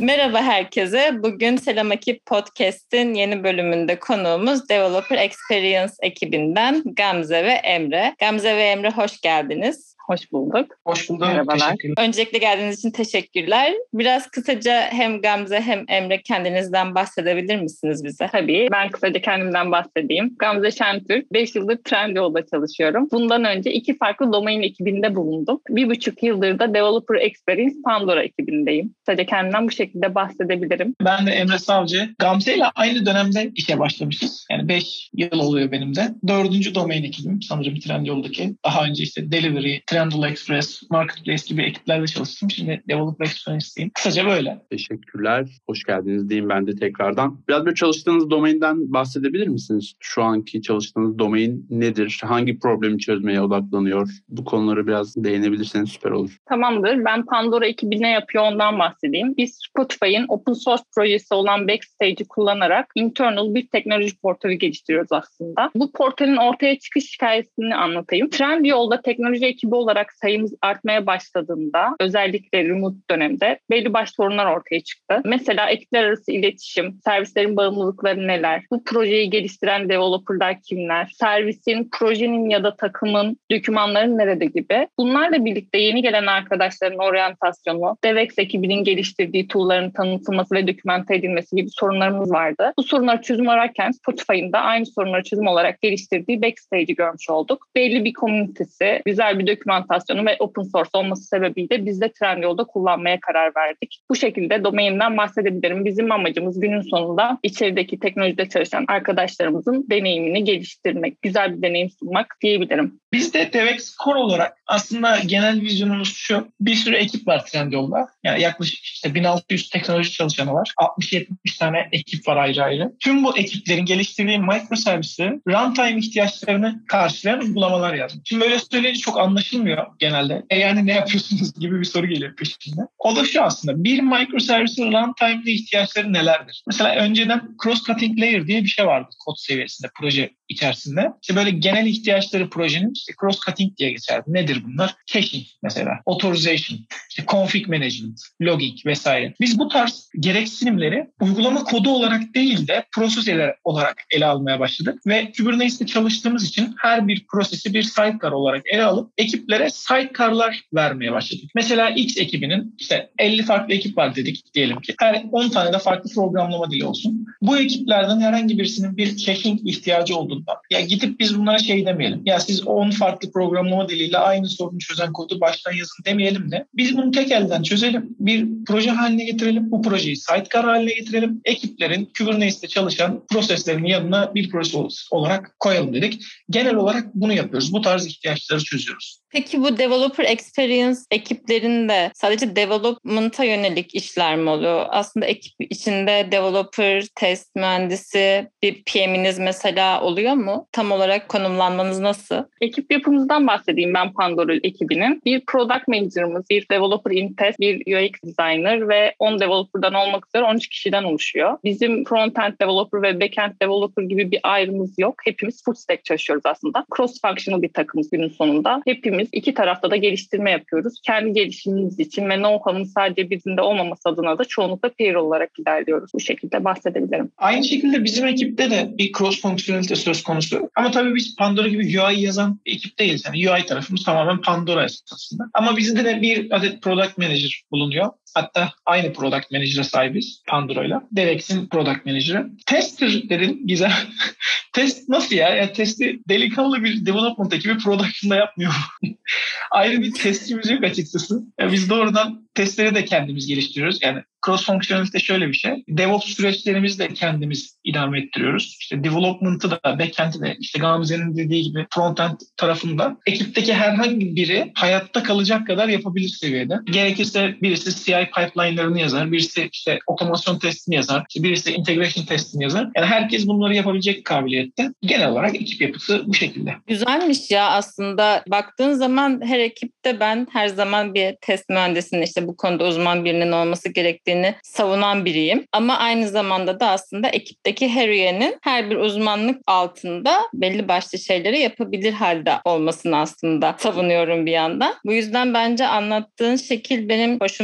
Merhaba herkese. Bugün Selam Ekip Podcast'in yeni bölümünde konuğumuz Developer Experience ekibinden Gamze ve Emre. Gamze ve Emre hoş geldiniz. Hoş bulduk. Hoş bulduk. Merhabalar. Teşekkürler. Öncelikle geldiğiniz için teşekkürler. Biraz kısaca hem Gamze hem Emre kendinizden bahsedebilir misiniz bize? Tabii. Ben kısaca kendimden bahsedeyim. Gamze Şentürk. 5 yıldır Trendyol'da çalışıyorum. Bundan önce 2 farklı domain ekibinde bulundum. 1,5 yıldır da Developer Experience Pandora ekibindeyim. Kısaca kendimden bu şekilde bahsedebilirim. Ben de Emre Savcı. Gamze ile aynı dönemde işe başlamışız. Yani 5 yıl oluyor benim de. 4. domain ekibim sanırım Trendyol'daki. Daha önce işte Delivery, Trendyol Express, Marketplace gibi ekiplerde çalıştım. Şimdi Developer Experience'deyim. Kısaca böyle. Teşekkürler. Hoş geldiniz diyeyim ben de tekrardan. Biraz böyle çalıştığınız domainden bahsedebilir misiniz? Şu anki çalıştığınız domain nedir? Hangi problemi çözmeye odaklanıyor? Bu konuları biraz değinebilirseniz süper olur. Tamamdır. Ben Pandora ekibi ne yapıyor ondan bahsedeyim. Biz Spotify'ın open source projesi olan Backstage'i kullanarak internal bir teknoloji portalı geliştiriyoruz aslında. Bu portalın ortaya çıkış hikayesini anlatayım. Trendyol'da teknoloji ekibi olarak sayımız artmaya başladığında, özellikle remote dönemde belli başlı sorunlar ortaya çıktı. Mesela ekipler arası iletişim, servislerin bağımlılıkları neler, bu projeyi geliştiren developerlar kimler, servisin, projenin ya da takımın dokümanları nerede gibi. Bunlarla birlikte yeni gelen arkadaşların oryantasyonu, DevEx ekibinin geliştirdiği tool'ların tanıtılması ve dokümante edilmesi gibi sorunlarımız vardı. Bu sorunları çözüm ararken Spotify'ın da aynı sorunları çözüm olarak geliştirdiği Backstage'i görmüş olduk. Belli bir komünitesi, güzel bir dokümantasyonu ve open source olması sebebiyle biz de Trendyol'da kullanmaya karar verdik. Bu şekilde domainden bahsedebilirim. Bizim amacımız günün sonunda içerideki teknolojide çalışan arkadaşlarımızın deneyimini geliştirmek, güzel bir deneyim sunmak diyebilirim. Biz de DevEx Core olarak aslında genel vizyonumuz şu. Bir sürü ekip var Trendyol'da. Yani yaklaşık işte 1600 teknoloji çalışanı var. 60-70 tane ekip var ayrı ayrı. Tüm bu ekiplerin geliştirdiği microservice'lerin runtime ihtiyaçlarını karşılayan uygulamalar yazdım. Şimdi böyle söyleyince çok anlaşılmıyor genelde. Yani ne yapıyorsunuz gibi bir soru geliyor peşinde. O da şu aslında. Bir microservice'in runtime'lı ihtiyaçları nelerdir? Mesela önceden cross-cutting layer diye bir şey vardı kod seviyesinde, proje içerisinde. İşte böyle genel ihtiyaçları projenin işte cross-cutting diye geçerdi. Nedir bunlar? Caching mesela, authorization, işte config management, logging vesaire. Biz bu tarz gereksinimleri uygulama kodu olarak değil de proseseler olarak ele almaya başladık ve Kubernetes'te çalıştığımız için her bir prosesi bir sidecar olarak ele alıp ekiplere sidecar'lar vermeye başladık. Mesela X ekibinin işte 50 farklı ekip var dedik diyelim ki. Her 10 tane de farklı programlama dili olsun. Bu ekiplerden herhangi birisinin bir caching ihtiyacı olduğunda ya gidip biz bunlara şey demeyelim. Ya siz 10 farklı programlama diliyle aynı sorunu çözen kodu baştan yazın demeyelim de biz bunu tek elden çözelim. Bir proje haline getirelim. Bu projeyi sidecar haline getirelim. Ekiplerin Kubernetes'te çalışan proseslerin yanına bir proses olarak koyalım dedik. Genel olarak bunu yapıyoruz. Bu tarz ihtiyaçları çözüyoruz. Peki bu Developer Experience ekiplerinde sadece development'a yönelik işler mi oluyor? Aslında ekip içinde developer, test mühendisi, bir PM'iniz mesela oluyor mu? Tam olarak konumlanmanız nasıl? Ekip yapımızdan bahsedeyim ben Pandora ekibinin. Bir product manager'ımız, bir developer in test, bir UX designer ve 10 developer'dan olmak üzere 13 kişiden oluşuyor. Bizim front-end developer ve back-end developer gibi bir ayrımımız yok. Hepimiz full stack çalışıyoruz aslında. Cross-functional bir takımız günün sonunda. Hepimiz iki tarafta da geliştirme yapıyoruz. Kendi gelişimimiz için ve know-how'ın sadece bizimde olmaması adına da çoğunlukla peer olarak ilerliyoruz. Bu şekilde bahsedebilirim. Aynı şekilde bizim ekipte de bir cross-functionalite söz konusu. Ama tabii biz Pandora gibi UI yazan bir ekip değiliz. Yani UI tarafımız tamamen Pandora esasında. Ama bizde de bir adet product manager bulunuyor. Hatta aynı product manager'a sahibiz Pandora'yla. DevEx'in product manager'ı. Testerlerin güzel. Test nasıl ya? Yani testi delikanlı bir development ekibi production'da yapmıyor. Ayrı bir testçimiz yok açıkçası. Yani biz doğrudan testleri de kendimiz geliştiriyoruz. Yani cross-functionalite şöyle bir şey. DevOps süreçlerimizi de kendimiz idame ettiriyoruz. İşte development'ı da, backend'i de, işte Gamze'nin dediği gibi frontend tarafında ekipteki herhangi biri hayatta kalacak kadar yapabilir seviyede. Gerekirse birisi CI pipeline'larını yazar, birisi işte otomasyon testini yazar, işte birisi integration testini yazar. Yani herkes bunları yapabilecek kabiliyette. Genel olarak ekip yapısı bu şekilde. Güzelmiş ya aslında. Baktığın zaman her ekipte ben her zaman bir test mühendisinin işte bu konuda uzman birinin olması gerektiğini savunan biriyim. Ama aynı zamanda da aslında ekipteki her üyenin her bir uzmanlık altında belli başlı şeyleri yapabilir halde olmasını aslında savunuyorum bir yandan. Bu yüzden bence anlattığın şekil benim hoşuma gitti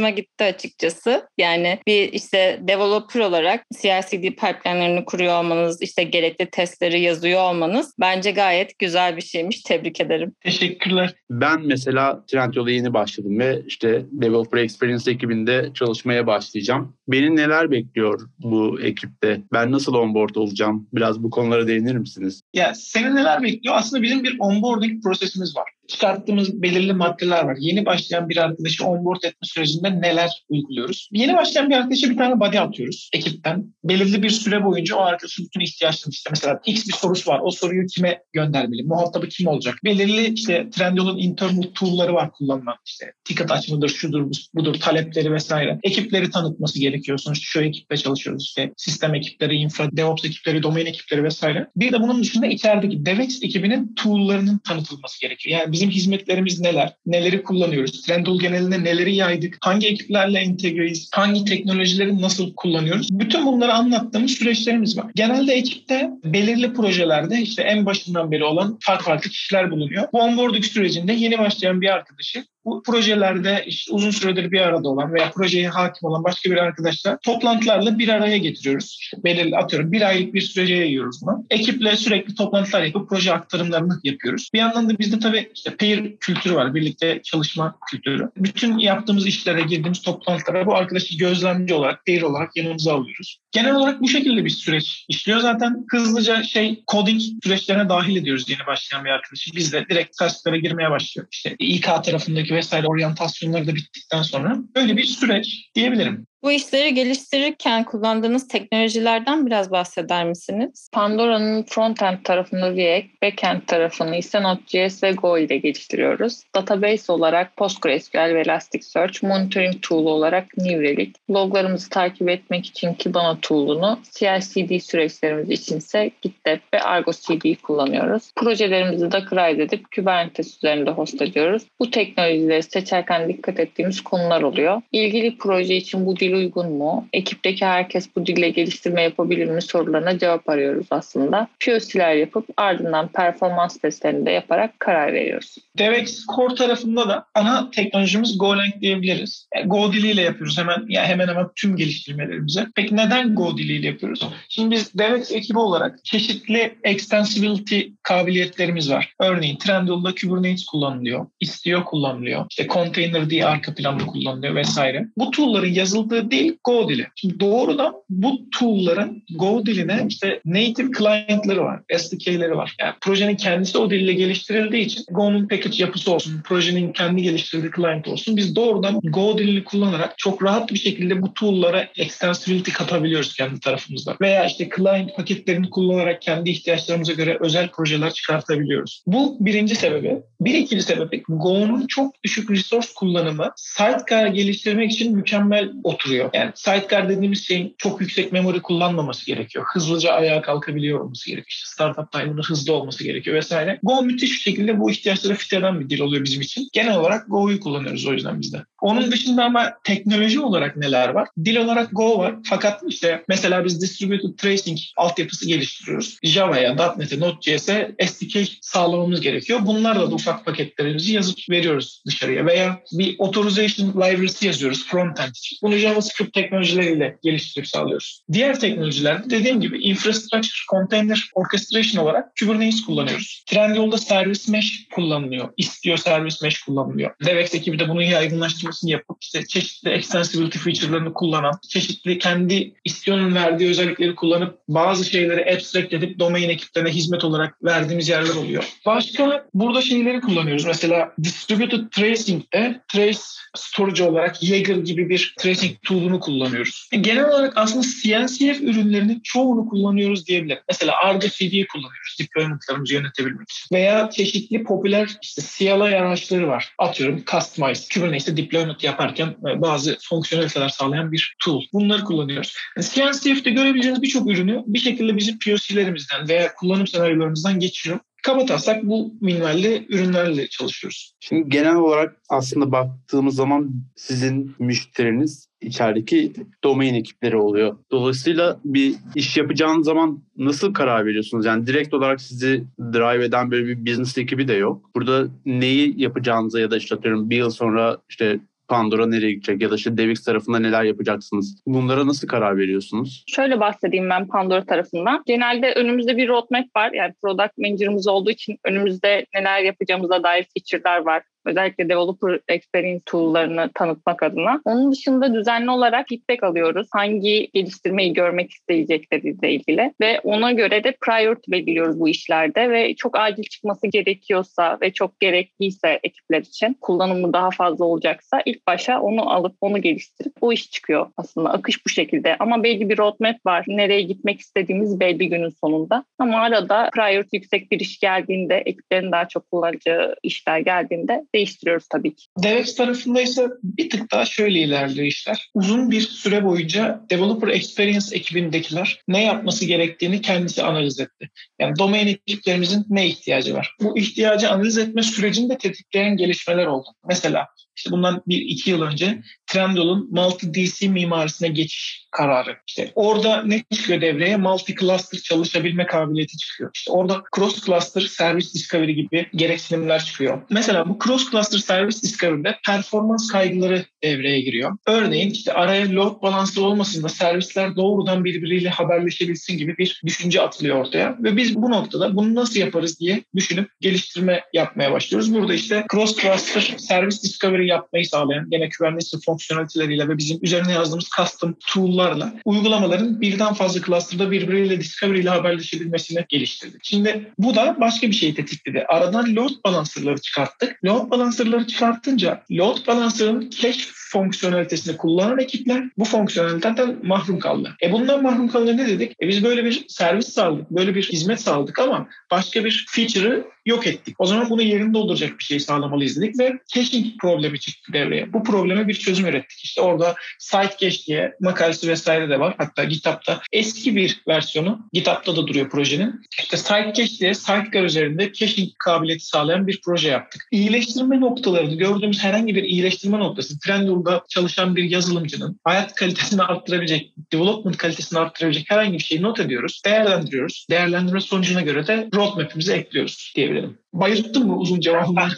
açıkçası. Yani bir işte developer olarak CI/CD pipeline'lerini kuruyor olmanız, işte gerekli testleri yazıyor olmanız bence gayet güzel bir şeymiş. Tebrik ederim. Teşekkürler. Ben mesela Trendyol'a yeni başladım ve işte Developer Experience ekibinde çalışmaya başlayacağım. Beni neler bekliyor bu ekipte? Ben nasıl onboard olacağım? Biraz bu konulara değinir misiniz? Ya seni neler bekliyor? Aslında bizim bir onboarding prosesimiz var. Çıkarttığımız belirli maddeler var. Yeni başlayan bir arkadaşı onboard etme sürecinde neler uyguluyoruz? Yeni başlayan bir arkadaşa bir tane body atıyoruz ekipten. Belirli bir süre boyunca o arkadaşın bütün ihtiyaçlarını işte mesela X bir sorusu var. O soruyu kime göndermeli? Muhatabı kim olacak? Belirli işte Trendyol'un internal tool'ları var kullanılan. İşte ticket açmadır, şudur, budur, talepleri vesaire. Ekipleri tanıtması gerekiyor. Sonuçta şu ekiple çalışıyoruz. İşte sistem ekipleri, infra, DevOps ekipleri, domain ekipleri vesaire. Bir de bunun dışında içerideki DevEx ekibinin tool'larının tanıtılması gerekiyor. Yani bizim hizmetlerimiz neler? Neleri kullanıyoruz? Trendyol genelinde neleri yaydık? Hangi ekiplerle entegreyiz? Hangi teknolojileri nasıl kullanıyoruz? Bütün bunları anlattığımız süreçlerimiz var. Genelde ekipte belirli projelerde işte en başından beri olan farklı kişiler bulunuyor. Bu onboarding sürecinde yeni başlayan bir arkadaşı bu projelerde işte uzun süredir bir arada olan veya projeye hakim olan başka bir arkadaşla toplantılarla bir araya getiriyoruz. İşte belirli atıyorum bir aylık bir sürece yayıyoruz bunu. Ekiple sürekli toplantılar yapıp proje aktarımlarını yapıyoruz. Bir yandan da bizde tabii işte peer kültürü var. Birlikte çalışma kültürü. Bütün yaptığımız işlere, girdiğimiz toplantılara bu arkadaşı gözlemci olarak, peer olarak yanımıza alıyoruz. Genel olarak bu şekilde bir süreç işliyor. Zaten hızlıca coding süreçlerine dahil ediyoruz yeni başlayan bir arkadaşı. Biz de direkt tasklara girmeye başlıyoruz. İşte İK tarafındaki vesaire oryantasyonları da bittikten sonra böyle bir süreç diyebilirim. Bu işleri geliştirirken kullandığınız teknolojilerden biraz bahseder misiniz? Pandora'nın frontend tarafını React, backend tarafını ise Node.js ve Go ile geliştiriyoruz. Database olarak PostgreSQL ve Elasticsearch, monitoring tool olarak New Relic, loglarımızı takip etmek için Kibana tool'unu, CI/CD süreçlerimiz içinse GitLab ve Argo CD kullanıyoruz. Projelerimizi Dockerize edip Kubernetes üzerinde host ediyoruz. Bu teknolojileri seçerken dikkat ettiğimiz konular oluyor. İlgili proje için bu dil uygun mu? Ekipteki herkes bu dille geliştirme yapabilir mi sorularına cevap arıyoruz aslında. POC'ler yapıp ardından performans testlerini de yaparak karar veriyoruz. DevEx Core tarafında da ana teknolojimiz Golang diyebiliriz. Yani Go diliyle yapıyoruz hemen hemen tüm geliştirmelerimizi. Peki neden Go diliyle yapıyoruz? Şimdi biz DevEx ekibi olarak çeşitli extensibility kabiliyetlerimiz var. Örneğin Trendyol'da Kubernetes kullanılıyor, Istio kullanılıyor, işte Container diye arka planda kullanılıyor vesaire. Bu tool'ların yazıldığı dil Go dili. Şimdi doğrudan bu tool'ların Go diline işte native client'ları var, SDK'leri var. Yani projenin kendisi o dille geliştirildiği için Go'nun package yapısı olsun, projenin kendi geliştirdiği client olsun. Biz doğrudan Go dilini kullanarak çok rahat bir şekilde bu tool'lara extensibility katabiliyoruz kendi tarafımızda. Veya işte client paketlerini kullanarak kendi ihtiyaçlarımıza göre özel projeler çıkartabiliyoruz. Bu birinci sebebi. Bir ikinci sebebi Go'nun çok düşük resource kullanımı sidecar geliştirmek için mükemmel oturuyor. Yani sidecar dediğimiz şeyin çok yüksek memory kullanmaması gerekiyor. Hızlıca ayağa kalkabiliyor olması gerekiyor. İşte startup time'ının hızlı olması gerekiyor vesaire. Go müthiş bir şekilde bu ihtiyaçlara fit eden bir dil oluyor bizim için. Genel olarak Go'yu kullanıyoruz o yüzden biz de. Onun dışında ama teknoloji olarak neler var? Dil olarak Go var. Fakat işte mesela biz distributed tracing altyapısı geliştiriyoruz. Java'ya, .NET'e, Node.js'e SDK sağlamamız gerekiyor. Bunlarla da ufak paketlerimizi yazıp veriyoruz dışarıya. Veya bir authorization library'si yazıyoruz frontend için. Bunu JavaScript teknolojileriyle geliştirip sağlıyoruz. Diğer teknolojilerde dediğim gibi infrastructure, container, orchestration olarak Kubernetes kullanıyoruz. Trendyol'da service mesh kullanılıyor. Istio service mesh kullanılıyor. DevEx ekibi de bunun yaygınlaştırmasını yapıp işte çeşitli extensibility feature'larını kullanan, çeşitli kendi Istio'nun verdiği özellikleri kullanıp bazı şeyleri abstract edip domain ekiplerine hizmet olarak verdiğimiz yerler oluyor. Başka burada şeyleri kullanıyoruz. Mesela distributed tracing'de trace storage olarak Jaeger gibi bir tracing tool'unu kullanıyoruz. Genel olarak aslında CNCF ürünlerinin çoğunu kullanıyoruz diyebilirim. Mesela Argo CD'yi kullanıyoruz deployment'larımızı yönetebilmek için. Veya çeşitli popüler işte CLI araçları var. Atıyorum Customize, Kubernetes'te deployment yaparken bazı fonksiyoneliteler sağlayan bir tool. Bunları kullanıyoruz. Yani CNCF'de görebileceğiniz birçok ürünü bir şekilde bizim POC'lerimizden veya kullanım senaryolarımızdan geçiyor. Kabataslak bu minvalli ürünlerle çalışıyoruz. Şimdi genel olarak aslında baktığımız zaman sizin müşteriniz içerideki domain ekipleri oluyor. Dolayısıyla bir iş yapacağınız zaman nasıl karar veriyorsunuz? Yani direkt olarak sizi drive eden böyle bir business ekibi de yok. Burada neyi yapacağınıza ya da işte atıyorum bir yıl sonra işte Pandora nereye gidecek ya da işte DevX tarafında neler yapacaksınız? Bunlara nasıl karar veriyorsunuz? Şöyle bahsedeyim ben Pandora tarafından. Genelde önümüzde bir roadmap var. Yani product manager'ımız olduğu için önümüzde neler yapacağımıza dair feature'lar var. Özellikle developer experience tool'larını tanıtmak adına. Onun dışında düzenli olarak feedback alıyoruz. Hangi geliştirmeyi görmek isteyecekleriyle ilgili ve ona göre de priority belirliyoruz bu işlerde ve çok acil çıkması gerekiyorsa ve çok gerekliyse ekipler için kullanımı daha fazla olacaksa ilk başa onu alıp onu geliştirip o iş çıkıyor aslında. Akış bu şekilde ama belli bir roadmap var. Nereye gitmek istediğimiz belli günün sonunda. Ama arada priority yüksek bir iş geldiğinde, ekiplerin daha çok kullanacağı işler geldiğinde değiştiriyoruz tabii ki. DevX tarafında ise bir tık daha şöyle ilerliyor işler. Uzun bir süre boyunca Developer Experience ekibindekiler ne yapması gerektiğini kendisi analiz etti. Yani domain ekiplerimizin ne ihtiyacı var? Bu ihtiyacı analiz etme sürecinde tetikleyen gelişmeler oldu. Mesela işte bundan 1-2 yıl önce Trendyol'un multi-DC mimarisine geçiş kararı. İşte orada ne çıkıyor devreye? Multi-cluster çalışabilme kabiliyeti çıkıyor. İşte orada cross-cluster service discovery gibi gereksinimler çıkıyor. Mesela bu cross-cluster service discovery'de performans kaygıları devreye giriyor. Örneğin işte araya load balansı olmasın da servisler doğrudan birbiriyle haberleşebilsin gibi bir düşünce atılıyor ortaya. Ve biz bu noktada bunu nasıl yaparız diye düşünüp geliştirme yapmaya başlıyoruz. Burada işte cross-cluster service discovery yapmayı sağlayan gene Kubernetes fonksiyoneliteleriyle ve bizim üzerine yazdığımız custom tool'larla uygulamaların birden fazla cluster'da birbiriyle discovery ile haberleşebilmesini geliştirdik. Şimdi bu da başka bir şey tetikledi. Aradan load balancer'ları çıkarttık. Load balancer'ları çıkartınca load balancer'ın cache fonksiyonelitesini kullanan ekipler bu fonksiyoneliteden mahrum kaldı. Bundan mahrum kalınca ne dedik? Biz böyle bir servis sağladık, böyle bir hizmet sağladık ama başka bir feature'ı yok ettik. O zaman bunu yerinde dolduracak bir şey sağlamalıyız dedik ve caching problemi çıktı devreye. Bu probleme bir çözüm ürettik. İşte orada Sitecache diye makalesi vesaire de var. Hatta GitHub'da eski bir versiyonu GitHub'da da duruyor projenin. İşte Sitecache diye sidecar üzerinde caching kabiliyeti sağlayan bir proje yaptık. İyileştirme noktalarını gördüğümüz herhangi bir iyileştirme noktası Trendyol'da çalışan bir yazılımcının hayat kalitesini arttırabilecek, development kalitesini arttırabilecek herhangi bir şeyi not ediyoruz, değerlendiriyoruz. Değerlendirme sonucuna göre de roadmap'imize ekliyoruz diyebilirim. Bayılttın mı uzun cevabından?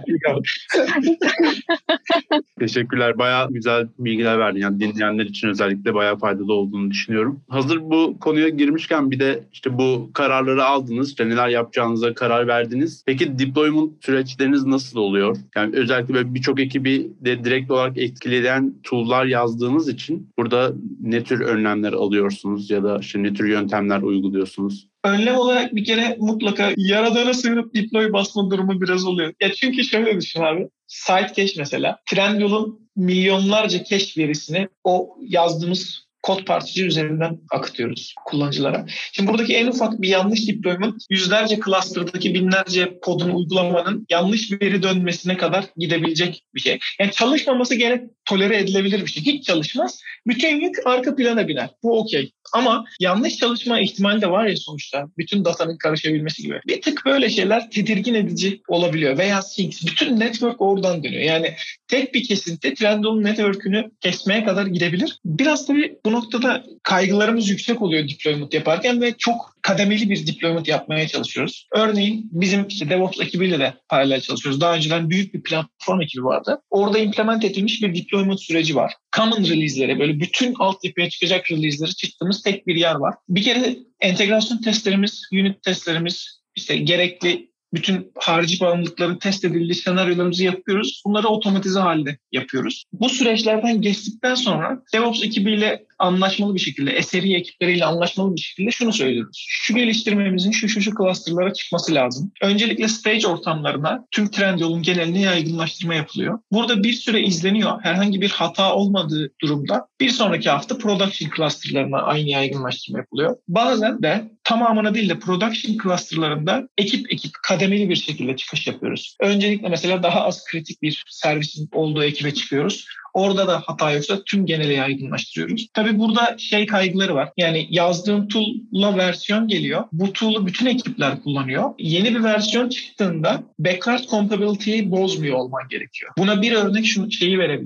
Teşekkürler. Bayağı güzel bilgiler verdin. Yani dinleyenler için özellikle bayağı faydalı olduğunu düşünüyorum. Hazır bu konuya girmişken bir de işte bu kararları aldınız. İşte neler yapacağınıza karar verdiniz. Peki deployment süreçleriniz nasıl oluyor? Yani özellikle böyle birçok ekibi de direkt olarak etkileyen tool'lar yazdığınız için burada ne tür önlemler alıyorsunuz ya da işte ne tür yöntemler uyguluyorsunuz? Önlem olarak bir kere mutlaka yaradana sığınıp deploy basma durumu biraz oluyor. Ya çünkü şöyle düşün abi. Sitecache mesela Trendyol'un milyonlarca cache verisini o yazdığımız kod parçacığı üzerinden akıtıyoruz kullanıcılara. Şimdi buradaki en ufak bir yanlış deployment yüzlerce cluster'daki binlerce kodun uygulamanın yanlış veri dönmesine kadar gidebilecek bir şey. Yani çalışmaması gerek tolere edilebilir bir şey. Hiç çalışmaz. Bütün yük arka plana biner. Bu okey. Ama yanlış çalışma ihtimali de var ya sonuçta. Bütün datanın karışabilmesi gibi. Bir tık böyle şeyler tedirgin edici olabiliyor. Veya sync. Bütün network oradan dönüyor. Yani tek bir kesinti Trendyol'un network'ünü kesmeye kadar gidebilir. Biraz tabii bu noktada kaygılarımız yüksek oluyor deployment yaparken ve çok kademeli bir deployment yapmaya çalışıyoruz. Örneğin bizim işte DevOps ekibiyle de paralel çalışıyoruz. Daha önceden büyük bir platform ekibi vardı. Orada implement edilmiş bir deployment süreci var. Common release'lere böyle bütün altyapıya çıkacak release'leri çıktığımız tek bir yer var. Bir kere entegrasyon testlerimiz, unit testlerimiz, işte gerekli bütün harici bağımlılıkların test edildiği senaryolarımızı yapıyoruz. Bunları otomatize halde yapıyoruz. Bu süreçlerden geçtikten sonra DevOps ekibiyle anlaşmalı bir şekilde, SRE ekipleriyle anlaşmalı bir şekilde şunu söylüyoruz. Şu geliştirmemizin şu cluster'lara çıkması lazım. Öncelikle stage ortamlarına tüm Trendyol'un geneline yaygınlaştırma yapılıyor. Burada bir süre izleniyor. Herhangi bir hata olmadığı durumda bir sonraki hafta production cluster'larına aynı yaygınlaştırma yapılıyor. Bazen de tamamına değil de production cluster'larında ekip kademeli bir şekilde çıkış yapıyoruz. Öncelikle mesela daha az kritik bir servisin olduğu ekibe çıkıyoruz. Orada da hata yoksa tüm genele yaygınlaştırıyoruz. Tabii burada kaygıları var. Yani yazdığım tool'la versiyon geliyor. Bu tool'u bütün ekipler kullanıyor. Yeni bir versiyon çıktığında backward compatibility'yi bozmuyor olman gerekiyor. Buna bir örnek şeyi verebilirim.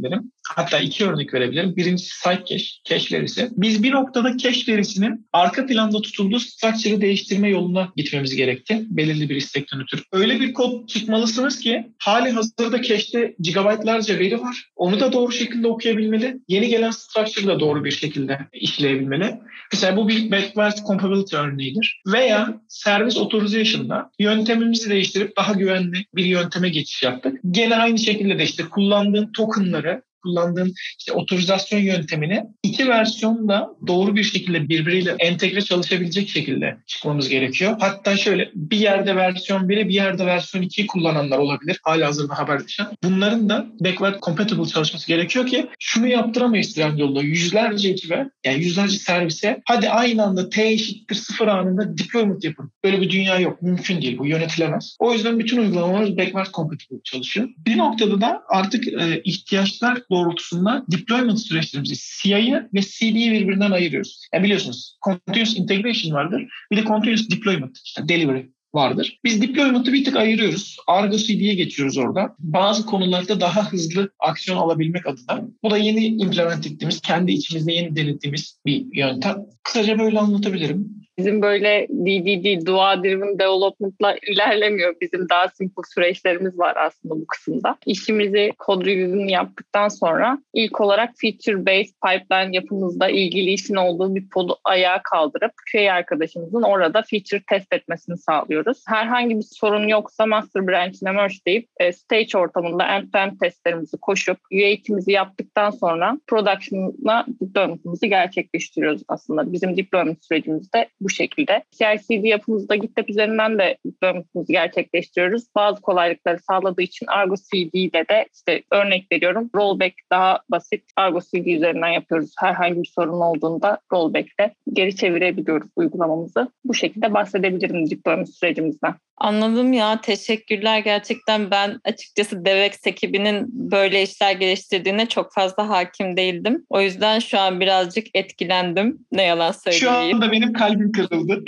Hatta 2 örnek verebilirim. Birincisi site cache, cache verisi. Biz bir noktada cache verisinin arka planda tutulduğu structure'ı değiştirme yoluna gitmemiz gerekti. Belirli bir istekten ötürü. Öyle bir kod çıkmalısınız ki hali hazırda cache'te gigabaytlarca veri var. Onu da doğru şekilde okuyabilmeli. Yeni gelen structure da doğru bir şekilde işleyebilmeli. Mesela bu bir backward compatibility örneğidir. Veya service authorization'da yöntemimizi değiştirip daha güvenli bir yönteme geçiş yaptık. Gene aynı şekilde de işte kullandığın tokenları, kullandığın otorizasyon yöntemini 2 versiyonda doğru bir şekilde birbiriyle entegre çalışabilecek şekilde çıkmamız gerekiyor. Hatta şöyle bir yerde versiyon 1'i bir yerde versiyon 2'yi kullananlar olabilir. Halihazırda haber düşen. Bunların da backward compatible çalışması gerekiyor ki şunu yaptıramayız Trendyol'da. Yüzlerce ekibe, yani yüzlerce servise hadi aynı anda T=0 anında deployment yapın. Böyle bir dünya yok. Mümkün değil. Bu yönetilemez. O yüzden bütün uygulamalar backward compatible çalışıyor. Bir noktada da artık ihtiyaçlar doğrultusunda deployment süreçlerimizi CI'yi ve CD'yi birbirinden ayırıyoruz. Yani biliyorsunuz continuous integration vardır. Bir de continuous deployment, işte delivery vardır. Biz deployment'ı bir tık ayırıyoruz. Argo CD'ye geçiyoruz orada. Bazı konularda daha hızlı aksiyon alabilmek adına. Bu da yeni implement ettiğimiz, kendi içimizde yeni denediğimiz bir yöntem. Kısaca böyle anlatabilirim. Bizim böyle DDD, Dua Driven Development'la ilerlemiyor. Bizim daha simple süreçlerimiz var aslında bu kısımda. İşimizi, kod review'unu yaptıktan sonra ilk olarak feature based pipeline yapımızda ilgili işin olduğu bir podu ayağa kaldırıp QA arkadaşımızın orada feature test etmesini sağlıyoruz. Herhangi bir sorun yoksa master branch'ine merge deyip stage ortamında end-to-end testlerimizi koşup UAT'imizi yaptıktan sonra production'a deployment'ımızı gerçekleştiriyoruz aslında. Bizim deployment sürecimizde bu şekilde. CI/CD yapımızda GitLab üzerinden de deployment'ımızı gerçekleştiriyoruz. Bazı kolaylıkları sağladığı için Argo CD ile de işte örnek veriyorum rollback daha basit. Argo CD üzerinden yapıyoruz. Herhangi bir sorun olduğunda rollback'te geri çevirebiliyoruz uygulamamızı. Bu şekilde bahsedebilirim deployment sürecimizden. Anladım ya. Teşekkürler. Gerçekten ben açıkçası DevEx ekibinin böyle işler geliştirdiğine çok fazla hakim değildim. O yüzden şu an birazcık etkilendim. Ne yalan söyleyeyim. Şu anda benim kalbim kırıldı.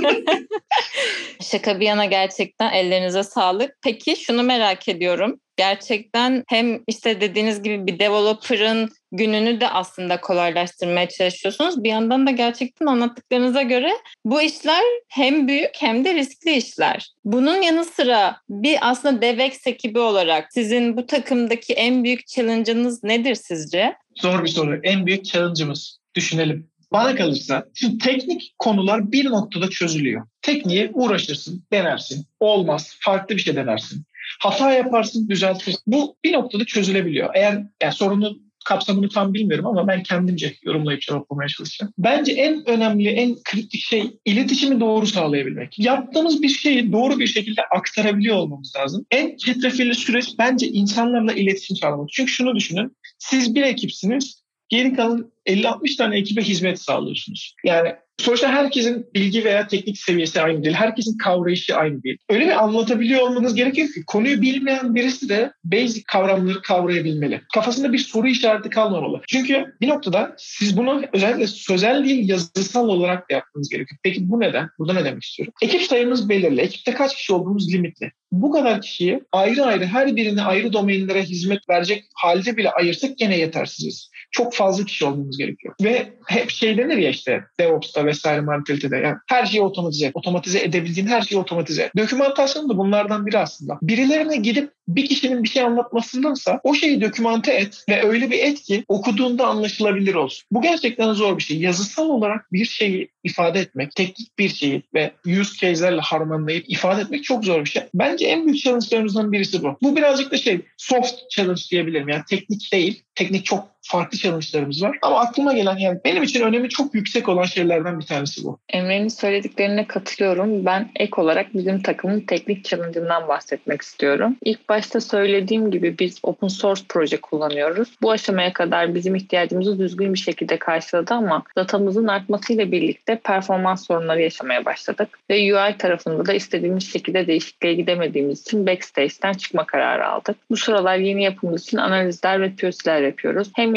Şaka bir yana gerçekten ellerinize sağlık. Peki şunu merak ediyorum. Gerçekten hem işte dediğiniz gibi bir developer'ın gününü de aslında kolaylaştırmaya çalışıyorsunuz. Bir yandan da gerçekten anlattıklarınıza göre bu işler hem büyük hem de riskli işler. Bunun yanı sıra bir aslında DevEx ekibi olarak sizin bu takımdaki en büyük challenge'ınız nedir sizce? Zor bir soru. En büyük challenge'ımız. Düşünelim. Bana kalırsa şimdi teknik konular bir noktada çözülüyor. Tekniğe uğraşırsın, denersin. Olmaz, farklı bir şey denersin. Hata yaparsın, düzeltirsin. Bu bir noktada çözülebiliyor. Eğer yani sorunun kapsamını tam bilmiyorum ama ben kendimce yorumlayıp cevaplamaya çalışacağım. Bence en önemli, en kritik şey iletişimi doğru sağlayabilmek. Yaptığımız bir şeyi doğru bir şekilde aktarabiliyor olmamız lazım. En çetrefilli süreç bence insanlarla iletişim sağlamak. Çünkü şunu düşünün, siz bir ekipsiniz, geri kalan 50-60 tane ekibe hizmet sağlıyorsunuz. Yani sonuçta herkesin bilgi veya teknik seviyesi aynı değil. Herkesin kavrayışı aynı değil. Öyle bir anlatabiliyor olmanız gerekiyor ki konuyu bilmeyen birisi de basic kavramları kavrayabilmeli. Kafasında bir soru işareti kalmamalı. Çünkü bir noktada siz bunu özellikle sözel değil yazısal olarak da yapmanız gerekiyor. Peki bu neden? Burada ne demek istiyorum? Ekip sayımız belirli. Ekipte kaç kişi olduğumuz limitli. Bu kadar kişiyi ayrı ayrı her birine ayrı domainlere hizmet verecek halde bile ayırsak gene yetersiziz. Çok fazla kişi olmamız gerekiyor. Ve hep şey denir ya işte DevOps'ta vesaire mantalitede. Yani her şeyi otomatize edebildiğin her şeyi otomatize. Dokümantasyon da bunlardan biri aslında. Birilerine gidip bir kişinin bir şey anlatmasındansa o şeyi dokümante et ve öyle bir et ki okuduğunda anlaşılabilir olsun. Bu gerçekten zor bir şey. Yazısal olarak bir şeyi ifade etmek, teknik bir şeyi ve use case'lerle harmanlayıp ifade etmek çok zor bir şey. Bence en büyük challenge'larımızdan birisi bu. Bu birazcık da soft challenge diyebilirim. Yani teknik değil. Teknik çok farklı challenge'larımız var. Ama aklıma gelen yani benim için önemi çok yüksek olan şeylerden bir tanesi bu. Emre'nin söylediklerine katılıyorum. Ben ek olarak bizim takımın teknik challenge'ından bahsetmek istiyorum. İlk başta söylediğim gibi biz open source proje kullanıyoruz. Bu aşamaya kadar bizim ihtiyacımızı düzgün bir şekilde karşıladı ama datamızın artmasıyla birlikte performans sorunları yaşamaya başladık. Ve UI tarafında da istediğimiz şekilde değişikliğe gidemediğimiz için Backstage'den çıkma kararı aldık. Bu sıralar yeni yapımız için analizler ve POC'ler yapıyoruz. Hem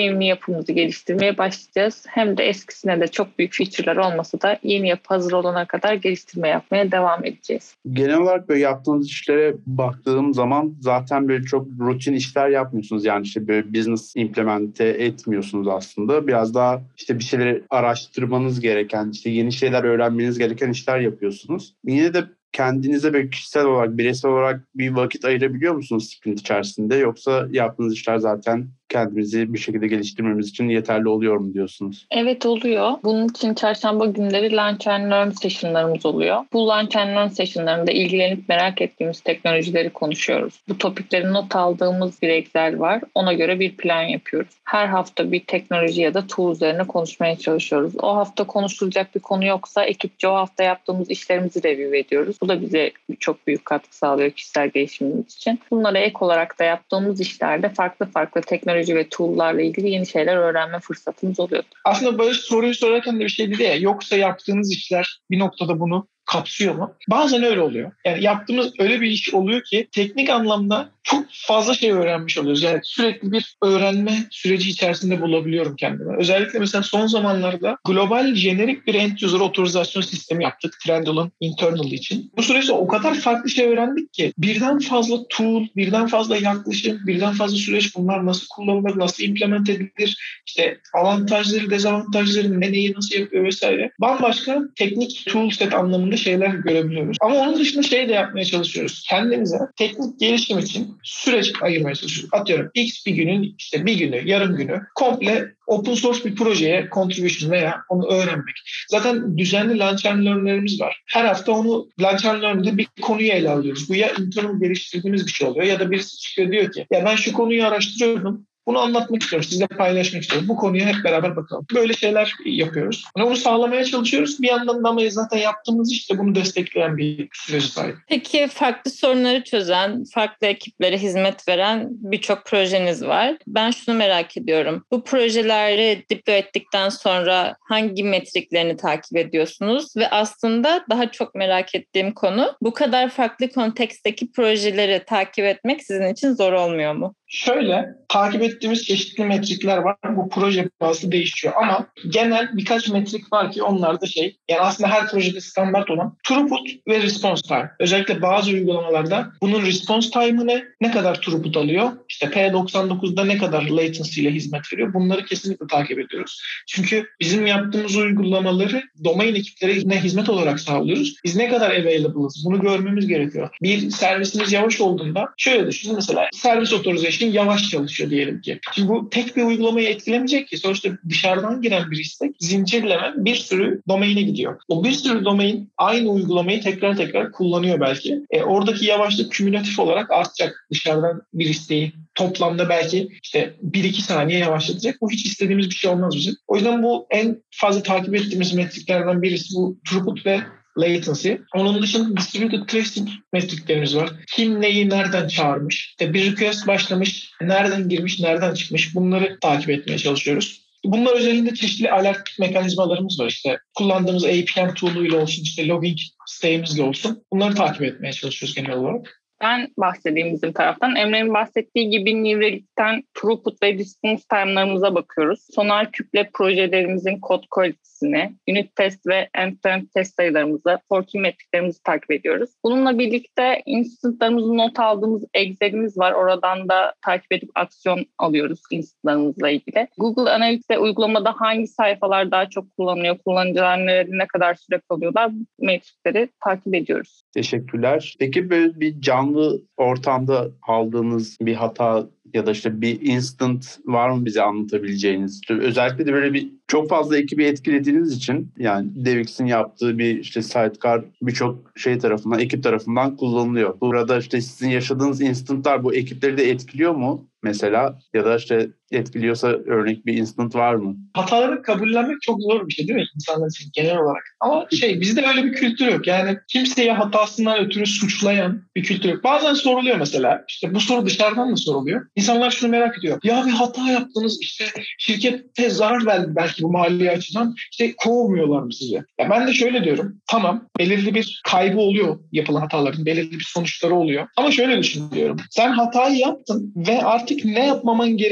yeni yapımızı geliştirmeye başlayacağız. Hem de eskisine de çok büyük feature'lar olmasa da yeni yapı hazır olana kadar geliştirme yapmaya devam edeceğiz. Genel olarak böyle yaptığınız işlere baktığım zaman zaten böyle çok rutin işler yapmıyorsunuz. Yani işte böyle business implemente etmiyorsunuz aslında. Biraz daha işte bir şeyleri araştırmanız gereken, işte yeni şeyler öğrenmeniz gereken işler yapıyorsunuz. Yine de kendinize böyle kişisel olarak, bireysel olarak bir vakit ayırabiliyor musunuz sprint içerisinde? Yoksa yaptığınız işler zaten kendimizi bir şekilde geliştirmemiz için yeterli oluyor mu diyorsunuz? Evet, oluyor. Bunun için çarşamba günleri Lunch and Learn sessionlarımız oluyor. Bu Lunch and Learn sessionlarında ilgilenip merak ettiğimiz teknolojileri konuşuyoruz. Bu topikleri not aldığımız bir Excel var. Ona göre bir plan yapıyoruz. Her hafta bir teknoloji ya da tool üzerine konuşmaya çalışıyoruz. O hafta konuşulacak bir konu yoksa ekipçe o hafta yaptığımız işlerimizi review ediyoruz. Bu da bize çok büyük katkı sağlıyor kişisel gelişimimiz için. Bunlara ek olarak da yaptığımız işlerde farklı teknoloji ve tool'larla ilgili yeni şeyler öğrenme fırsatımız oluyor. Aslında böyle soruyu sorarken de bir şey dedi ya, yoksa yaptığınız işler bir noktada bunu kapsıyor mu? Bazen öyle oluyor. Yani yaptığımız öyle bir iş oluyor ki teknik anlamda çok fazla şey öğrenmiş oluyoruz. Yani sürekli bir öğrenme süreci içerisinde bulabiliyorum kendimi. Özellikle mesela son zamanlarda global jenerik bir end user otorizasyon sistemi yaptık Trendyol'un internal için. Bu süreçte o kadar farklı şey öğrendik ki birden fazla tool, birden fazla yaklaşım, birden fazla süreç, bunlar nasıl kullanılır, nasıl implement edilir, işte avantajları, dezavantajları, neyi nasıl yapıyor vesaire. Bambaşka teknik tool set anlamında şeyler görebiliyoruz. Ama onun dışında şey de yapmaya çalışıyoruz. Kendimize teknik gelişim için süreç ayırmaya çalışıyoruz. Atıyorum X bir günün işte bir günü, yarım günü komple open source bir projeye contribution veya onu öğrenmek. Zaten düzenli Lunch and Learn'lerimiz var. Her hafta onu Lunch and Learn'de bir konuyu ele alıyoruz. Bu ya internal geliştirdiğimiz bir şey oluyor ya da birisi çıkıyor diyor ki ya ben şu konuyu araştırıyordum. Bunu anlatmak istiyorum, sizle paylaşmak istiyorum. Bu konuya hep beraber bakalım. Böyle şeyler yapıyoruz. Onu sağlamaya çalışıyoruz. Bir yandan da ama zaten yaptığımız işte bunu destekleyen bir sürece sahip. Peki farklı sorunları çözen, farklı ekiplere hizmet veren birçok projeniz var. Ben şunu merak ediyorum. Bu projeleri deploy ettikten sonra hangi metriklerini takip ediyorsunuz? Ve aslında daha çok merak ettiğim konu, bu kadar farklı konteksteki projeleri takip etmek sizin için zor olmuyor mu? Şöyle, takip ettiğimiz çeşitli metrikler var. Bu proje bazlı değişiyor ama genel birkaç metrik var ki onlar da yani aslında her projede standart olan throughput ve response time. Özellikle bazı uygulamalarda bunun response time'ı ne kadar throughput alıyor? İşte P99'da ne kadar latency ile hizmet veriyor? Bunları kesinlikle takip ediyoruz. Çünkü bizim yaptığımız uygulamaları domain ekiplerine hizmet olarak sağlıyoruz. Biz ne kadar available'ız? Bunu görmemiz gerekiyor. Bir servisimiz yavaş olduğunda şöyle düşünün, mesela servis otorizasyon yavaş çalışıyor diyelim ki. Şimdi bu tek bir uygulamayı etkilemeyecek ki. Sonuçta dışarıdan giren bir istek zincirleme bir sürü domaine gidiyor. O bir sürü domain aynı uygulamayı tekrar kullanıyor belki. Oradaki yavaşlık kümülatif olarak artacak. Dışarıdan bir isteği toplamda belki işte 1-2 saniye yavaşlatacak. Bu hiç istediğimiz bir şey olmaz bizim. O yüzden bu en fazla takip ettiğimiz metriklerden birisi bu throughput ve latency. Onun dışında distributed tracing metriklerimiz var. Kim neyi nereden çağırmış? İşte bir request başlamış, nereden girmiş, nereden çıkmış? Bunları takip etmeye çalışıyoruz. Bunlar özelinde çeşitli alert mekanizmalarımız var. İşte kullandığımız APM tool'uyla olsun, işte logging sitemizle olsun. Bunları takip etmeye çalışıyoruz genel olarak. Ben bahsedeyim bizim taraftan. Emre'nin bahsettiği gibi New Relic'ten throughput ve distance time'larımıza bakıyoruz. Sonar küple projelerimizin kod kalitesini, unit test ve end-to-end test sayılarımızı, forking metriklerimizi takip ediyoruz. Bununla birlikte instantlarımızı not aldığımız Excel'imiz var. Oradan da takip edip aksiyon alıyoruz instantlarımızla ilgili. Google Analytics'te uygulamada hangi sayfalar daha çok kullanılıyor, kullanıcılar ne kadar süre kalıyorlar, bu metrikleri takip ediyoruz. Teşekkürler. Peki böyle bir canlı ortamda aldığınız bir hata ya da işte bir instant var mı bize anlatabileceğiniz? Özellikle de böyle bir çok fazla ekibi etkilediğiniz için, yani DevX'in yaptığı bir işte sidecar birçok ekip tarafından kullanılıyor. Burada işte sizin yaşadığınız instantlar bu ekipleri de etkiliyor mu mesela? Ya da işte etkiliyorsa örnek bir instant var mı? Hataları kabullenmek çok zor bir şey değil mi insanlar için genel olarak? Ama bizde öyle bir kültür yok. Yani kimseyi hatasından ötürü suçlayan bir kültür yok. Bazen soruluyor mesela. İşte bu soru dışarıdan da soruluyor. İnsanlar şunu merak ediyor. Ya bir hata yaptınız, işte şirkete zarar verdi belki bu mali açıdan. İşte kovmuyorlar mı sizi? Ya ben de şöyle diyorum. Tamam, belirli bir kaybı oluyor yapılan hataların. Belirli bir sonuçları oluyor. Ama şöyle düşünüyorum. Sen hatayı yaptın ve artık ne yapmaman gerektiğini öğrendin.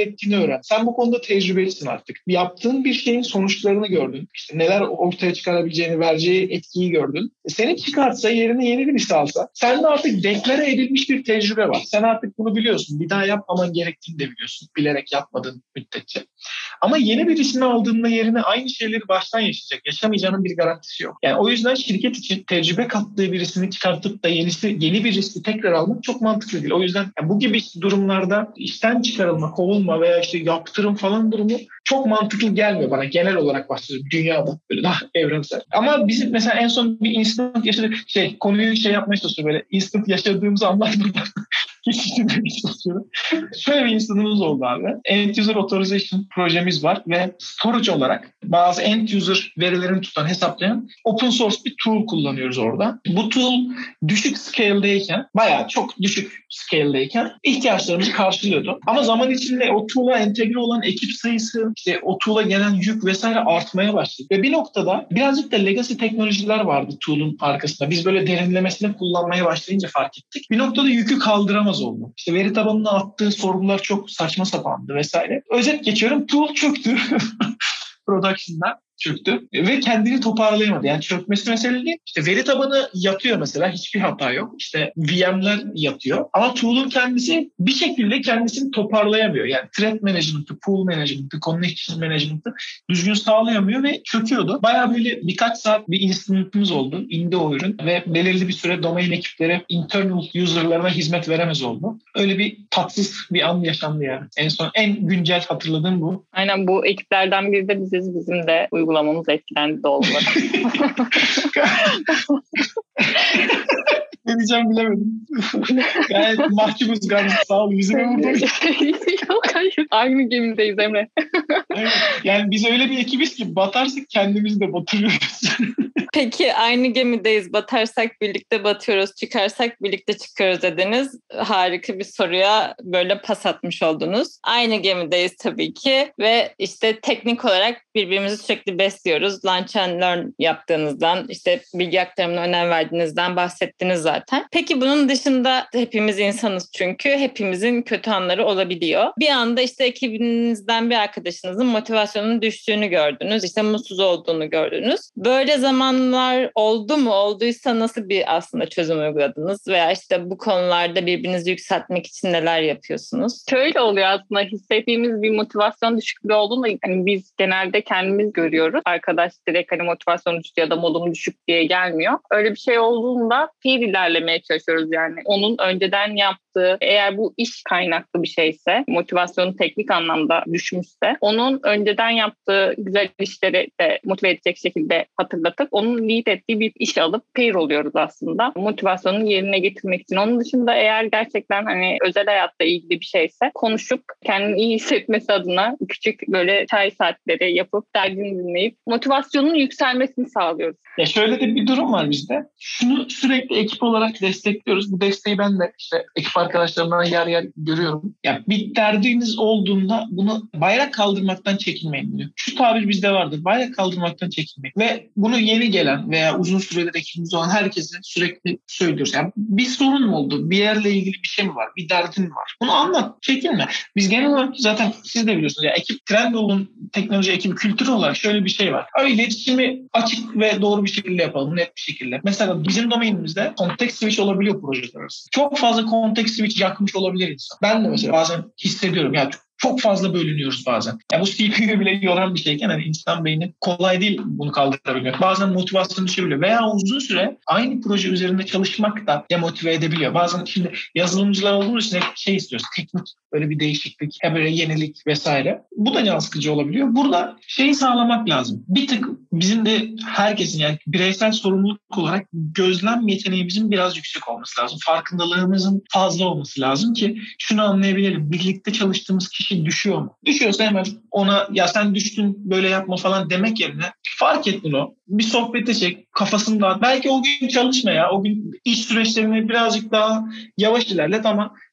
öğren. Sen bu konuda tecrübelisin artık. Yaptığın bir şeyin sonuçlarını gördün. İşte neler ortaya çıkarabileceğini, vereceği etkiyi gördün. Seni çıkartsa, yerine yeni birisi alsa, sende artık deklare edilmiş bir tecrübe var. Sen artık bunu biliyorsun. Bir daha yapmaman gerektiğini de biliyorsun. Bilerek yapmadığın müddetçe. Ama yeni birisini aldığında yerine aynı şeyleri baştan yaşayacak. Yaşamayacağının bir garantisi yok. Yani o yüzden şirket için tecrübe kattığı birisini çıkartıp da yeni bir riski tekrar almak çok mantıklı değil. O yüzden bu gibi durumlarda işten çıkarılma, kovulma veya işte yaptırım falan durumu çok mantıklı gelmiyor bana. Genel olarak bahsediyorum. Dünyada böyle daha evrensel. Ama bizim mesela en son bir instant yaşadık. Konuyu yapmaya çalışıyorum böyle. Instant yaşadığımızı anlatmadan geçiştirmeye çalışıyorum. Şöyle bir instantımız oldu abi. End User Authorization projemiz var ve storage olarak bazı end user verilerini tutan, hesaplayan open source bir tool kullanıyoruz orada. Bu tool düşük scale'deyken, bayağı çok düşük scale'deyken ihtiyaçlarımızı karşılıyordu. Ama zaman içinde o tool'a entegre olan ekip sayısı, işte o tool'a gelen yük vesaire artmaya başladı. Ve bir noktada birazcık da legacy teknolojiler vardı tool'un arkasında. Biz böyle derinlemesine kullanmaya başlayınca fark ettik. Bir noktada yükü kaldıramaz oldu. İşte veri tabanına attığı sorgular çok saçma sapandı vesaire. Özet geçiyorum, tool çöktü. Production'dan çöktü ve kendini toparlayamadı. Yani çökmesi mesele değil. İşte veri tabanı yatıyor mesela. Hiçbir hata yok. İşte VM'ler yatıyor. Ama tool'un kendisi bir şekilde kendisini toparlayamıyor. Yani threat management'ı, pool management'ı, connection management'ı düzgün sağlayamıyor ve çöküyordu. Bayağı böyle birkaç saat bir instant'ımız oldu. İndi o ürün ve belirli bir süre domain ekipleri internal user'larına hizmet veremez oldu. Öyle bir tatsız bir an yaşandı yani. En son en güncel hatırladığım bu. Aynen, bu ekiplerden biri de biziz. Bizim de uygulamamız etkilendi doğal olarak. Ne diyeceğim bilemedim. Gayet mahcubuz galiba. Sağ olun. Bizi mi vurdun? Yok hayır. Aynı gemideyiz Emre. Yani biz öyle bir ekibiz ki batarsak kendimizi de batırıyoruz. Peki aynı gemideyiz. Batarsak birlikte batıyoruz, çıkarsak birlikte çıkıyoruz dediniz. Harika bir soruya böyle pas atmış oldunuz. Aynı gemideyiz tabii ki ve işte teknik olarak birbirimizi sürekli besliyoruz. Lunch and learn yaptığınızdan, işte bilgi aktarımına önem verdiğinizden bahsettiniz zaten. Peki bunun dışında hepimiz insanız çünkü hepimizin kötü anları olabiliyor. Bir anda işte ekibinizden bir arkadaşınızın motivasyonunun düştüğünü gördünüz. İşte mutsuz olduğunu gördünüz. Böyle zamanlar oldu mu? Olduysa nasıl bir aslında çözüm uyguladınız? Veya işte bu konularda birbirinizi yükseltmek için neler yapıyorsunuz? Şöyle oluyor aslında, hissettiğimiz bir motivasyon düşüklüğü olduğunda hani biz genelde kendimiz görüyoruz. Arkadaş direkt hani motivasyon düştü ya da modum düşük diye gelmiyor. Öyle bir şey olduğunda peer ilerlemeye çalışıyoruz yani. Onun önceden yaptığı, eğer bu iş kaynaklı bir şeyse, motivasyonu teknik anlamda düşmüşse, onun önceden yaptığı güzel işleri de motive edecek şekilde hatırlatıp onun lead ettiği bir iş alıp peer oluyoruz aslında. Motivasyonunu yerine getirmek için. Onun dışında eğer gerçekten hani özel hayatla ilgili bir şeyse konuşup kendini iyi hissetmesi adına küçük böyle çay saatleri yapıp derdini dinleyip motivasyonun yükselmesini sağlıyoruz. Ya şöyle de bir durum var bizde. Şunu sürekli ekip olarak destekliyoruz. Bu desteği ben de işte ekip arkadaşlarımdan yer yer görüyorum. Ya bir derdiniz olduğunda bunu bayrak kaldırmaktan çekinmeyin diyor. Şu tabir bizde vardır. Bayrak kaldırmaktan çekinmeyin. Ve bunu yeni gelen veya uzun süredir ekibimizde olan herkese sürekli söylüyoruz. Yani bir sorun mu oldu? Bir yerle ilgili bir şey mi var? Bir derdin mi var? Bunu anlat. Çekinme. Biz genel olarak zaten siz de biliyorsunuz. Ya ekip Trendyol'un teknoloji ekibi kültürü olarak şöyle bir şey var. Öyle iletişimi açık ve doğru bir şekilde yapalım. Net bir şekilde. Mesela bizim domainimizde context switch olabiliyor projeler arasında. Çok fazla context switch yakmış olabilir insan. Ben de mesela bazen hissediyorum. Ya çok fazla bölünüyoruz bazen. Ya bu CPU'yu bile yoran bir şeyken hani insan beyni kolay değil bunu kaldırabilmek. Bazen motivasyon düşebiliyor. Veya uzun süre aynı proje üzerinde çalışmak da demotive edebiliyor. Bazen şimdi yazılımcılar olduğumuz için şey istiyoruz. Teknik böyle bir değişiklik, böyle yenilik vesaire. Bu da can sıkıcı olabiliyor. Burada şeyi sağlamak lazım. Bir tık bizim de herkesin yani bireysel sorumluluk olarak gözlem yeteneğimizin biraz yüksek olması lazım. Farkındalığımızın fazla olması lazım ki şunu anlayabilirim. Birlikte çalıştığımız kişi düşüyor mu? Düşüyorsa hemen ona ya sen düştün böyle yapma falan demek yerine fark et bunu. Bir sohbete çek, kafasını dağıt. Belki o gün çalışma ya. O gün iş süreçlerini birazcık daha yavaş ilerlet ama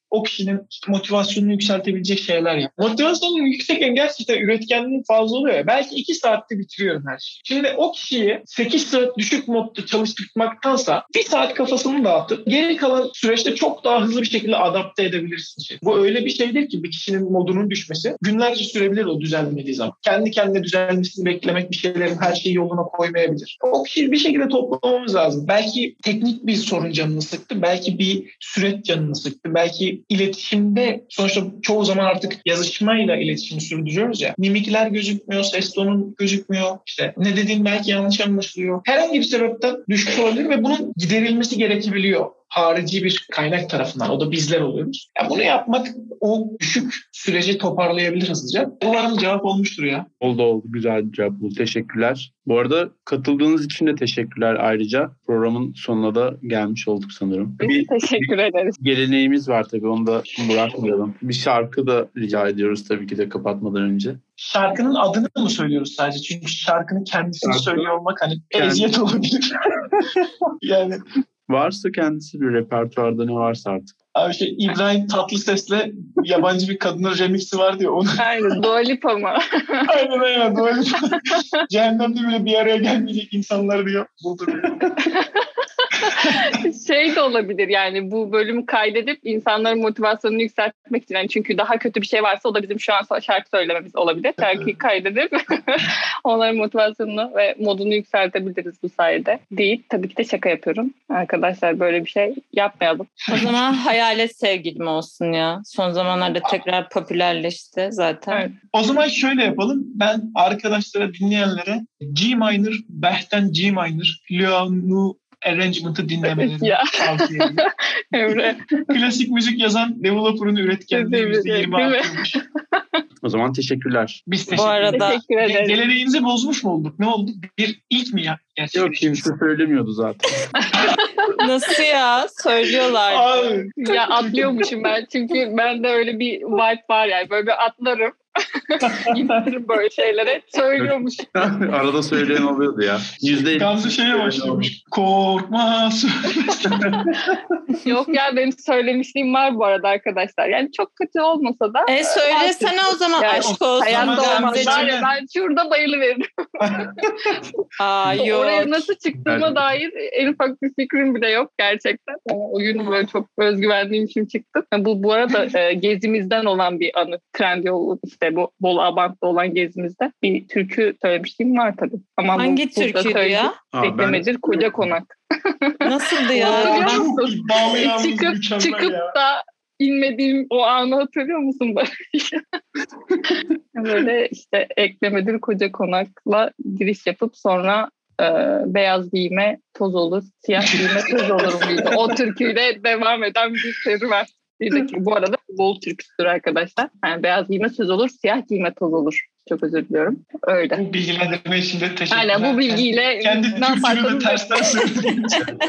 o kişinin motivasyonunu yükseltebilecek şeyler yap. Motivasyonun yüksekken gerçekten üretkenliğin fazla oluyor ya. Belki 2 saatte bitiriyorum her şeyi. Şimdi o kişiyi 8 saat düşük modda çalıştırmaktansa 1 saat kafasını dağıtıp geri kalan süreçte çok daha hızlı bir şekilde adapte edebilirsin. Bu öyle bir şey değil ki bir kişinin modunun düşmesi. Günlerce sürebilir o düzelmediği zaman. Kendi kendine düzelmesini beklemek bir şeylerin her şeyi yoluna koymayabilir. O kişiyi bir şekilde toplamamız lazım. Belki teknik bir sorun canını sıktı. Belki bir süreç canını sıktı. Belki iletişimde sonuçta çoğu zaman artık yazışmayla iletişimi sürdürüyoruz ya. Mimikler gözükmüyor, ses tonun gözükmüyor. İşte ne dediğin belki yanlış anlaşılıyor. Herhangi bir sebepten düşmüş olabilir ve bunun giderilmesi gerekebiliyor. Harici bir kaynak tarafından. O da bizler oluyoruz. Ya bunu yapmak o düşük süreci toparlayabilir hızlıca. Umarım cevap olmuştur ya. Oldu. Güzel bir cevap oldu. Teşekkürler. Bu arada katıldığınız için de teşekkürler ayrıca. Programın sonuna da gelmiş olduk sanırım. Biz teşekkür ederiz. Geleneğimiz var tabii. Onu da bırakmayalım. Bir şarkı da rica ediyoruz tabii ki de kapatmadan önce. Şarkının adını mı söylüyoruz sadece? Çünkü şarkının kendisini söylüyor olmak hani eziyet olabilir. Yani varsa kendisi bir repertuarda ne varsa artık. abi İbrahim Tatlıses'le yabancı bir kadının remixi var diyor. Onu... Aynen. Dua Lipa mı? Aynen. Dua Lipa. Cehennemde bile bir araya gelmeyecek insanlar diyor. Budur. Şey de olabilir yani bu bölümü kaydedip insanların motivasyonunu yükseltmek için. Yani çünkü daha kötü bir şey varsa o da bizim şu an şarkı söylememiz olabilir. Şarkıyı kaydedip onların motivasyonunu ve modunu yükseltebiliriz bu sayede deyip tabii ki de şaka yapıyorum. Arkadaşlar böyle bir şey yapmayalım. O zaman hayalet sevgilim olsun ya. Son zamanlarda tekrar popülerleşti zaten. Evet. O zaman şöyle yapalım. Ben arkadaşlara, dinleyenlere G minor, Bach'ten G minor, Leonu arrangement'ı dinlemelerini tavsiye ediyorum. Emre. Klasik müzik yazan developer'ın üretkenliği %20 arttırmış. O zaman teşekkürler. Biz teşekkür, Bu arada Teşekkür ederiz. geleneğimizi bozmuş mu olduk? Ne oldu? Bir ilk mi ya? Yok kimse söylemiyordu zaten. nasıl ya? Söylüyorlar. Abi. Ya atlıyormuşum ben çünkü bende öyle bir vibe var yani böyle bir atlarım. Giderim böyle şeylere söylüyormuş. Arada söyleyen oluyordu ya. Gamze şeye başlamış. Korkma. Yok ya benim söylemişliğim var bu arada arkadaşlar. Yani çok kötü olmasa da. Söylesene o zaman yani aşk olsun. hayatta olmaz. Gamzeciğim. Var ya ben şurada bayılıveririm. Yok. Oraya nasıl çıktığıma dair en ufak bir fikrim bile yok gerçekten. Ama o gün böyle çok özgüvenliğim için çıktım. Bu arada gezimizden olan bir anı. Trendyol işte bu Bolu Abant'ta olan gezimizde bir türkü söylemişliğim var tabii. Ama hangi türküydü ya? Beklemedir Koca Konak. Nasıldı ya? Çok iddialı yalnız, Çıkıp da inmediğim o anı hatırlıyor musun Barış? Böyle işte Eklemedir Koca Konak'la giriş yapıp sonra beyaz giyime toz olur, siyah giyime toz olur muydu? O türküyle devam eden bir serüven. Bu arada Bolu türküsüdür arkadaşlar. Yani beyaz giyime söz olur, siyah giyime toz olur. Çok özür diliyorum. Öyle. Bu bilgilendirme için de teşekkürler. Aynen bu bilgiyle kendi türkünü de tersten söyledim.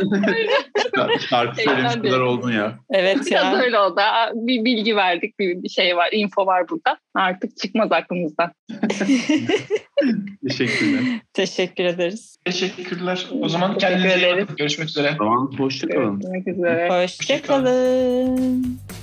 Şarkı söylemiş kadar oldun ya. Evet ya. Biraz öyle oldu. Bir bilgi verdik, bir şey var, info var burada. Artık çıkmaz aklımızdan. Teşekkürler. Teşekkür ederiz. Teşekkürler. O zaman Teşekkür kendinize iyi ederiz. bakın. Görüşmek üzere. O zaman hoşça kalın. Görüşmek üzere. Hoşça kalın.